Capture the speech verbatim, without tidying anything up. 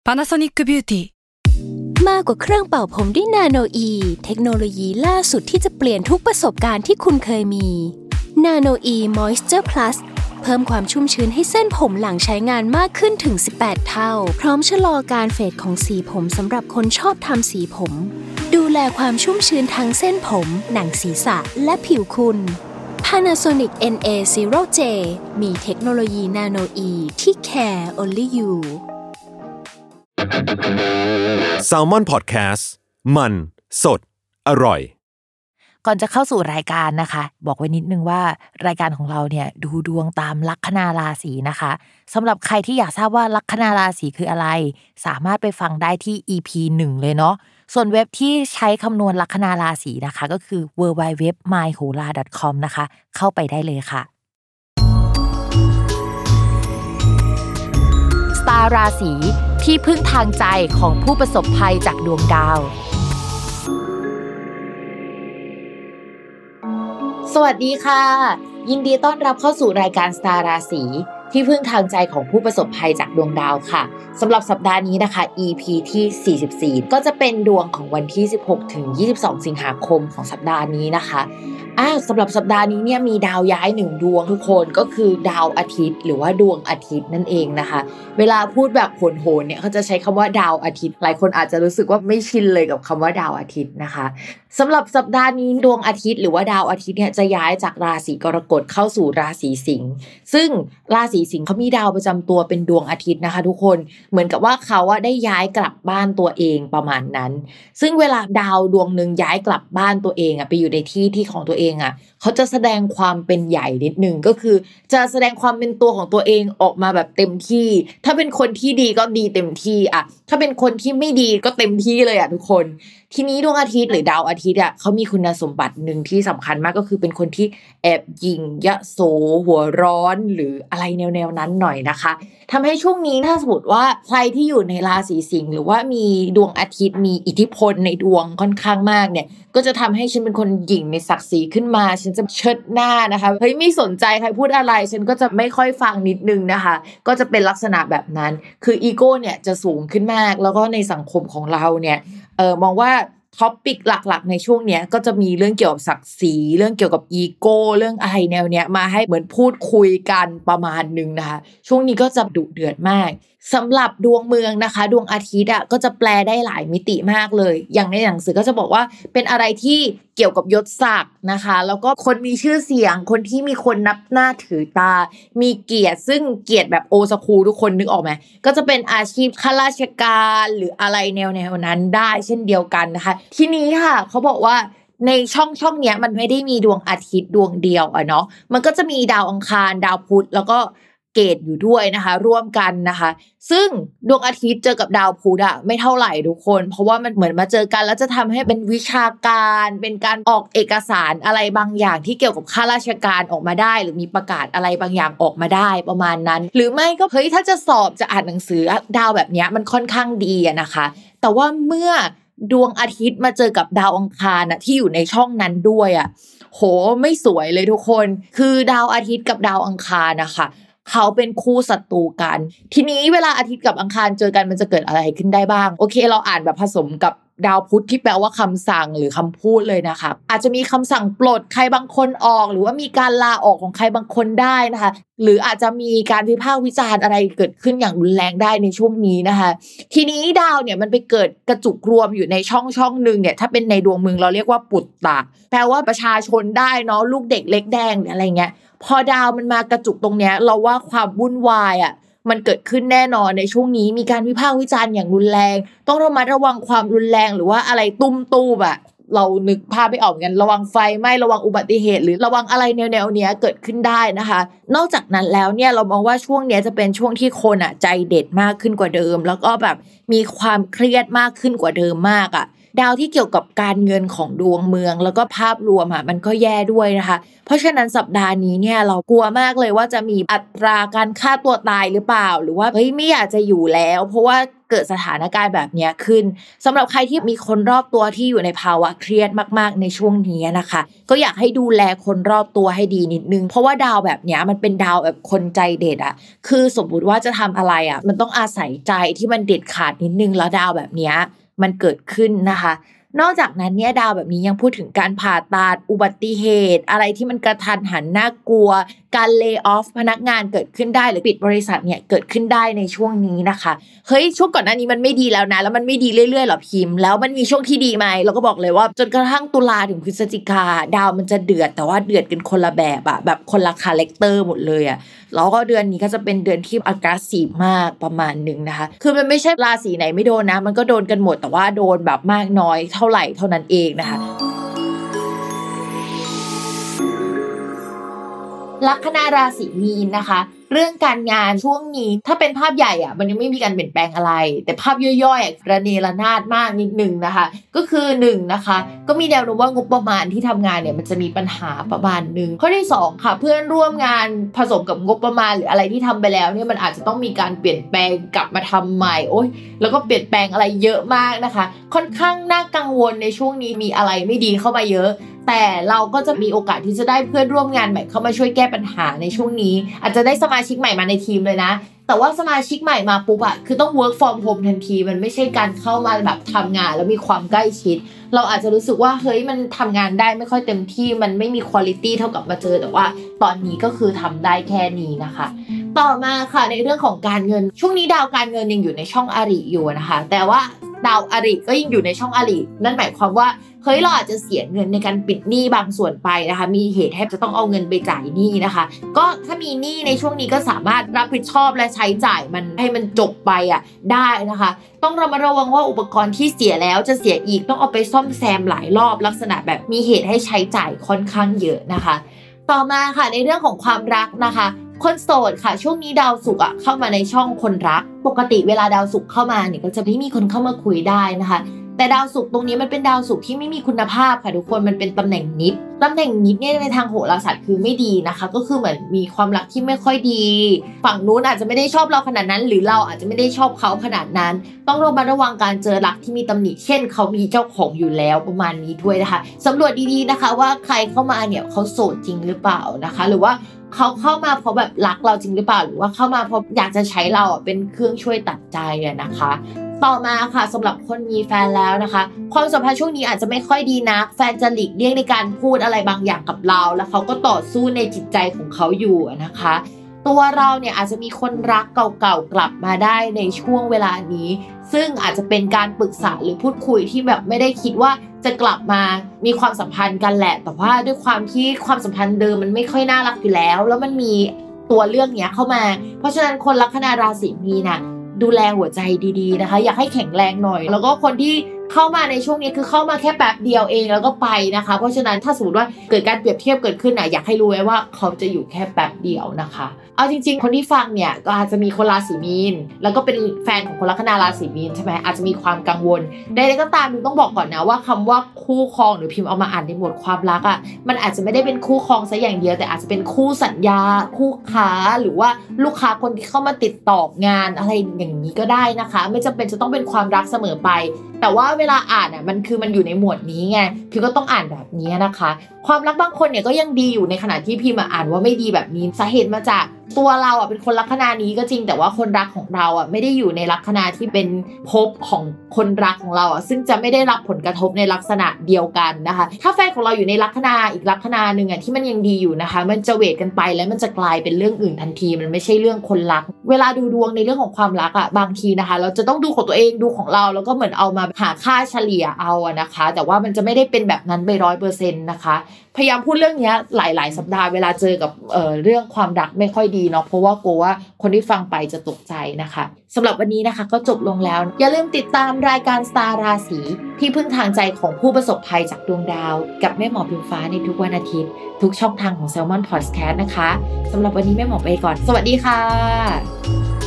Panasonic Beauty มากกว่าเครื่องเป่าผมด้วยนาโนอีเทคโนโลยีล่าสุดที่จะเปลี่ยนทุกประสบการณ์ที่คุณเคยมีนาโนอีมอยส์เจอร์พลัสเพิ่มความชุ่มชื้นให้เส้นผมหลังใช้งานมากขึ้นถึงสิบแปดเท่าพร้อมชะลอการเฟดของสีผมสำหรับคนชอบทำสีผมดูแลความชุ่มชื้นทั้งเส้นผมหนังศีรษะและผิวคุณ Panasonic เอ็น เอ ศูนย์ เจ มีเทคโนโลยีนาโนอีที่ care only you Salmon Podcast มันสดอร่อยก่อนจะเข้าสู่รายการนะคะบอกไว้นิดนึงว่ารายการของเราเนี่ยดูดวงตามลัคนาราศีนะคะสำหรับใครที่อยากทราบว่าลัคนาราศีคืออะไรสามารถไปฟังได้ที่ อี พี หนึ่งเลยเนาะส่วนเว็บที่ใช้คำนวณลัคนาราศีนะคะก็คือ ดับเบิลยู ดับเบิลยู ดับเบิลยู ดอท มายโหรา ดอท คอม นะคะเข้าไปได้เลยค่ะสตาร์ราศีที่พึ่งทางใจของผู้ประสบภัยจากดวงดาวสวัสดีค่ะยินดีต้อนรับเข้าสู่รายการสตาร์ราศีที่พึ่งทางใจของผู้ประสบภัยจากดวงดาวค่ะสำหรับสัปดาห์นี้นะคะ อี พี ที่สี่สิบสี่ก็จะเป็นดวงของวันที่สิบหกถึงยี่สิบสองสิงหาคมของสัปดาห์นี้นะคะอ่าสำหรับสัปดาห์นี้เนี่ยมีดาวย้ายหนึ่งดวงทุกคนก็คือดาวอาทิตย์หรือว่าดวงอาทิตย์นั่นเองนะคะเวลาพูดแบบโหนๆเนี่ยเขาจะใช้คำว่าดาวอาทิตย์หลายคนอาจจะรู้สึกว่าไม่ชินเลยกับคำว่าดาวอาทิตย์นะคะสำหรับสัปดาห์นี้ดวงอาทิตย์หรือว่าดาวอาทิตย์เนี่ยจะย้ายจากราศีกรกฎเข้าสู่ราศีสิงห์ซึ่งราศีสิงห์เขามีดาวประจำตัวเป็นดวงอาทิตย์นะคะทุกคนเหมือนกับว่าเขาอะได้ย้ายกลับบ้านตัวเองประมาณนั้นซึ่งเวลาดาวดวงนึงย้ายกลับบ้านตัวเองอะไปอยู่ในที่ที่ของตัวเองอะเขาจะแสดงความเป็นใหญ่นิดนึงก็คือจะแสดงความเป็นตัวของตัวเองออกมาแบบเต็มที่ถ้าเป็นคนที่ดีก็ดีเต็มที่อะถ้าเป็นคนที่ไม่ดีก็เต็มที่เลยอะทุกคนทีนี้ดวงอาทิตย์หรือดาวอาทิตย์อ่ะเขามีคุณสมบัติหนึ่งที่สำคัญมากก็คือเป็นคนที่แอบหยิ่งยโสหัวร้อนหรืออะไรแนวๆนั้นหน่อยนะคะทำให้ช่วงนี้ถ้าสมมติว่าใครที่อยู่ในราศีสิงห์หรือว่ามีดวงอาทิตย์มีอิทธิพลในดวงค่อนข้างมากเนี่ยก็จะทำให้ฉันเป็นคนหยิ่งในศักดิ์ศรีขึ้นมาฉันจะเชิดหน้านะคะเฮ้ยไม่สนใจใครพูดอะไรฉันก็จะไม่ค่อยฟังนิดนึงนะคะก็จะเป็นลักษณะแบบนั้นคืออีโก้เนี่ยจะสูงขึ้นมากแล้วก็ในสังคมของเราเนี่ยเออมองว่าท็อปปิกหลักๆในช่วงเนี้ยก็จะมีเรื่องเกี่ยวกับศักดิ์ศรีเรื่องเกี่ยวกับอีโก้เรื่องอะไรแนวเนี้ยมาให้เหมือนพูดคุยกันประมาณนึงนะคะช่วงนี้ก็จะดุเดือดมากสำหรับดวงเมืองนะคะดวงอาทิตย์อ่ะก็จะแปลได้หลายมิติมากเลยอย่างในหนังสือก็จะบอกว่าเป็นอะไรที่เกี่ยวกับยศศักดิ์นะคะแล้วก็คนมีชื่อเสียงคนที่มีคนนับหน้าถือตามีเกียรติซึ่งเกียรติแบบโอสคูทุกคนนึกออกไหมก็จะเป็นอาชีพข้าราชการหรืออะไรแนวๆนั้นได้เช่นเดียวกันนะคะทีนี้ค่ะเขาบอกว่าในช่องช่องเนี้ยมันไม่ได้มีดวงอาทิตย์ดวงเดียวอ่ะเนาะมันก็จะมีดาวอังคารดาวพุธแล้วก็เกตอยู่ด้วยนะคะร่วมกันนะคะซึ่งดวงอาทิตย์เจอกับดาวพุธอะไม่เท่าไหร่ทุกคนเพราะว่ามันเหมือนมาเจอกันแล้วจะทำให้เป็นวิชาการเป็นการออกเอกสารอะไรบางอย่างที่เกี่ยวกับข้าราชการออกมาได้หรือมีประกาศอะไรบางอย่างออกมาได้ประมาณนั้นหรือไม่ก็เฮ้ยถ้าจะสอบจะอ่านหนังสือดาวแบบนี้มันค่อนข้างดีอะนะคะแต่ว่าเมื่อดวงอาทิตย์มาเจอกับดาวอังคารอะที่อยู่ในช่องนั้นด้วยอะโหไม่สวยเลยทุกคนคือดาวอาทิตย์กับดาวอังคารนะคะเขาเป็นคู่ศัตรูกันทีนี้เวลาอาทิตย์กับอังคารเจอกันมันจะเกิดอะไรขึ้นได้บ้างโอเคเราอ่านแบบผสมกับดาวพุธที่แปลว่าคำสั่งหรือคำพูดเลยนะคะอาจจะมีคำสั่งปลดใครบางคนออกหรือว่ามีการลาออกของใครบางคนได้นะคะหรืออาจจะมีการวิพากษ์วิจารณ์อะไรเกิดขึ้นอย่างรุนแรงได้ในช่วงนี้นะคะทีนี้ดาวเนี่ยมันไปเกิดกระจุกรวมอยู่ในช่องช่องนึงเนี่ยถ้าเป็นในดวงเมืองเราเรียกว่าปุตตะแปลว่าประชาชนได้เนาะลูกเด็กเล็กแดงอะไรเงี้ยพอดาวมันมากระจุกตรงเนี้ยเราว่าความวุ่นวายอ่ะมันเกิดขึ้นแน่นอนในช่วงนี้มีการวิพากษ์วิจารณ์อย่างรุนแรงต้องระมัดระวังความรุนแรงหรือว่าอะไรตุ้มตู้แบบเรานึกภาพไม่ออกกันระวังไฟไหม้ระวังอุบัติเหตุหรือระวังอะไรแนวๆเนี้ยเกิดขึ้นได้นะคะนอกจากนั้นแล้วเนี่ยเรามองว่าช่วงเนี้ยจะเป็นช่วงที่คนอ่ะใจเด็ดมากขึ้นกว่าเดิมแล้วก็แบบมีความเครียดมากขึ้นกว่าเดิมมากอ่ะดาวที่เกี่ยวกับการเงินของดวงเมืองแล้วก็ภาพรวมอ่ะมันก็แย่ด้วยนะคะเพราะฉะนั้นสัปดาห์นี้เนี่ยเรากลัวมากเลยว่าจะมีอัตราการฆ่าตัวตายหรือเปล่าหรือว่าเฮ้ยไม่อยากจะอยู่แล้วเพราะว่าเกิดสถานการณ์แบบนี้ขึ้นสำหรับใครที่มีคนรอบตัวที่อยู่ในภาวะเครียดมากๆในช่วงนี้นะคะก็อยากให้ดูแลคนรอบตัวให้ดีนิดนึงเพราะว่าดาวแบบนี้มันเป็นดาวแบบคนใจเด็ดอ่ะคือสมมุติว่าจะทำอะไรอ่ะมันต้องอาศัยใจที่มันเด็ดขาดนิดนึงแล้วดาวแบบนี้มันเกิดขึ้นนะคะนอกจากนั้นเนี่ยดาวแบบนี้ยังพูดถึงการผ่าตัดอุบัติเหตุอะไรที่มันกระทันหันน่ากลัวการเลย์ออฟพนักงานเกิดขึ้นได้หรือปิดบริษัทเนี่ยเกิดขึ้นได้ในช่วงนี้นะคะเฮ้ยช่วงก่อนหน้านี้มันไม่ดีแล้วนะแล้วมันไม่ดีเรื่อยๆหรอพิมพ์แล้วมันมีช่วงที่ดีไหมเราก็บอกเลยว่าจนกระทั่งตุลาถึงพฤศจิกาดาวมันจะเดือดแต่ว่าเดือดกันคนละแบบอะแบบคนละคาแรคเตอร์หมดเลยอะแล้วก็เดือนนี้ก็จะเป็นเดือนที่ aggressive มากประมาณนึงนะคะคือมันไม่ใช่ราศีไหนไม่โดนนะมันก็โดนกันหมดแต่ว่าโดนแบบมากน้อยเท่าไหร่เท่านั้นเองนะคะลัคนาราศีมีนนะคะเรื่องการงานช่วงนี้ถ้าเป็นภาพใหญ่อ่ะมันยังไม่มีการเปลี่ยนแปลงอะไรแต่ภาพย่อยๆระเนระนาดมากนิดนึงนะคะก็คือหนึ่งนะคะก็มีแนวโน้มว่างบประมาณที่ทำงานเนี่ยมันจะมีปัญหาประมาณนึงข้อที่สองค่ะเพื่อนร่วมงานผสมกับงบประมาณหรืออะไรที่ทำไปแล้วเนี่ยมันอาจจะต้องมีการเปลี่ยนแปลงกลับมาทำใหม่โอ๊ยแล้วก็เปลี่ยนแปลงอะไรเยอะมากนะคะค่อนข้างน่ากังวลในช่วงนี้มีอะไรไม่ดีเข้ามาเยอะแต่เราก็จะมีโอกาสที่จะได้เพื่อนร่วมงานใหม่เข้ามาช่วยแก้ปัญหาในช่วงนี้อาจจะได้สมาชิกใหม่มาในทีมเลยนะแต่ว่าสมาชิกใหม่มาปุ๊บอะคือต้อง work from home ทันทีมันไม่ใช่การเข้ามาแบบทำงานแล้วมีความใกล้ชิดเราอาจจะรู้สึกว่าเฮ้ยมันทำงานได้ไม่ค่อยเต็มที่มันไม่มี quality เท่ากับมาเจอแต่ว่าตอนนี้ก็คือทำได้แค่นี้นะคะต่อมาค่ะในเรื่องของการเงินช่วงนี้ดาวการเงินยังอยู่ในช่องอริอยู่นะคะแต่ว่าดาวอริก็ยังอยู่ในช่องอรินั่นหมายความว่าเฮ้ยเราอาจจะเสียเงินในการปิดหนี้บางส่วนไปนะคะมีเหตุให้จะต้องเอาเงินไปจ่ายหนี้นะคะก็ถ้ามีหนี้ในช่วงนี้ก็สามารถรับผิดชอบและใช้จ่ายมันให้มันจบไปอ่ะได้นะคะต้องระมัดระวังว่าอุปกรณ์ที่เสียแล้วจะเสียอีกต้องเอาไปซ่อมแซมหลายรอบลักษณะแบบมีเหตุให้ใช้จ่ายค่อนข้างเยอะนะคะต่อมาค่ะในเรื่องของความรักนะคะคนโสดค่ะช่วงนี้ดาวศุกร์อ่ะเข้ามาในช่องคนรักปกติเวลาดาวศุกร์เข้ามาเนี่ยก็จะไม่มีคนเข้ามาคุยได้นะคะแต่ดาวศุกร์ตรงนี้มันเป็นดาวศุกร์ที่ไม่มีคุณภาพค่ะทุกคนมันเป็นตำแหน่งนิดตำแหน่งนิดเนี่ยในทางโหราศาสตร์คือไม่ดีนะคะก็คือเหมือนมีความรักที่ไม่ค่อยดีฝั่งนู้นอาจจะไม่ได้ชอบเราขนาดนั้นหรือเราอาจจะไม่ได้ชอบเขาขนาดนั้นต้องระมัดระวังการเจอรักที่มีตำหนิเช่นเขามีเจ้าของอยู่แล้วประมาณนี้ด้วยนะคะสำรวจดีๆนะคะว่าใครเข้ามาเนี่ยเขาโสดจริงหรือเปล่านะคะหรือว่าเขาเข้ามาเพราะแบบรักเราจริงหรือเปล่าหรือว่าเข้ามาเพราะอยากจะใช้เราเป็นเครื่องช่วยตัดใจนะคะต่อมาค่ะสำหรับคนมีแฟนแล้วนะคะความสัมพันธ์ช่วงนี้อาจจะไม่ค่อยดีนักแฟนจะหลีกเลี่ยงในการพูดอะไรบางอย่างกับเราแล้วเขาก็ต่อสู้ในจิตใจของเขาอยู่นะคะตัวเราเนี่ยอาจจะมีคนรักเก่าๆกลับมาได้ในช่วงเวลานี้ซึ่งอาจจะเป็นการปรึกษาหรือพูดคุยที่แบบไม่ได้คิดว่าจะกลับมามีความสัมพันธ์กันแหละแต่ว่าด้วยความที่ความสัมพันธ์เดิมมันไม่ค่อยน่ารักอยู่แล้วแล้วมันมีตัวเรื่องเนี้ยเข้ามาเพราะฉะนั้นคนลัคนาราศีมีนน่ะดูแลหัวใจดีๆนะคะอยากให้แข็งแรงหน่อยแล้วก็คนที่เข้ามาในช่วงนี้คือเข้ามาแค่แป๊บเดียวเองแล้วก็ไปนะคะเพราะฉะนั้นถ้าสมมติว่าเกิดการเปรียบเทียบเกิดขึ้นน่ะอยากให้รู้ไว้ว่าเขาจะอยู่แค่แป๊บเดียวนะคะเอาจริงๆคนที่ฟังเนี่ยก็อาจจะมีคนราศีมีนแล้วก็เป็นแฟนของคนลัคนาราศีมีนใช่ไหมอาจจะมีความกังวลใดๆก็ตามมิวต้องบอกก่อนนะว่าคำว่าคู่ครองหรือพิมพ์เอามาอ่านในหมวดความรักอ่ะมันอาจจะไม่ได้เป็นคู่ครองซะอย่างเดียวแต่อาจจะเป็นคู่สัญญาคู่ค้าหรือว่าลูกค้าคนที่เข้ามาติดต่องานอะไรอย่างนี้ก็ได้นะคะไม่จำเป็นจะต้องเป็นความรักเสมอไปแต่ว่าเวลาอ่านอ่ะมันคือมันอยู่ในหมวดนี้ไงพิมก็ต้องอ่านแบบนี้นะคะความรักบางคนเนี่ยก็ยังดีอยู่ในขณะที่พิมอ่านว่าไม่ดีแบบนี้สาเหตุมาจากตัวเราอ่ะเป็นคนลัคนานี้ก็จริงแต่ว่าคนรักของเราอ่ะไม่ได้อยู่ในลัคนาที่เป็นภพของคนรักของเราอ่ะซึ่งจะไม่ได้รับผลกระทบในลักษณะเดียวกันนะคะถ้าแฟนของเราอยู่ในลัคนาอีกลัคนานึงอ่ะที่มันยังดีอยู่นะคะมันจะเวทกันไปแล้วมันจะกลายเป็นเรื่องอื่นทันทีมันไม่ใช่เรื่องคนรักเวลาดูดวงในเรื่องของความรักอ่ะบางทีนะคะเราจะต้องดูของตัวเองดูของเราแล้วก็เหมือนเอามาหาค่าเฉลี่ยเอาอ่ะนะคะแต่ว่ามันจะไม่ได้เป็นแบบนั้นไป ร้อยเปอร์เซ็นต์ นะคะพยายามพูดเรื่องนี้หลายๆสัปดาห์เวลาเจอกับเอ่อเรื่องความรักไม่ค่อยดีเนาะเพราะว่ากลัวว่าคนที่ฟังไปจะตกใจนะคะสำหรับวันนี้นะคะก็จบลงแล้วอย่าลืมติดตามรายการสตาร์ราศีที่พึ่งทางใจของผู้ประสบภัยจากดวงดาวกับแม่หมอพิมฟ้าในทุกวันอาทิตย์ทุกช่องทางของ Salmon Podcast นะคะสำหรับวันนี้แม่หมอไปก่อนสวัสดีค่ะ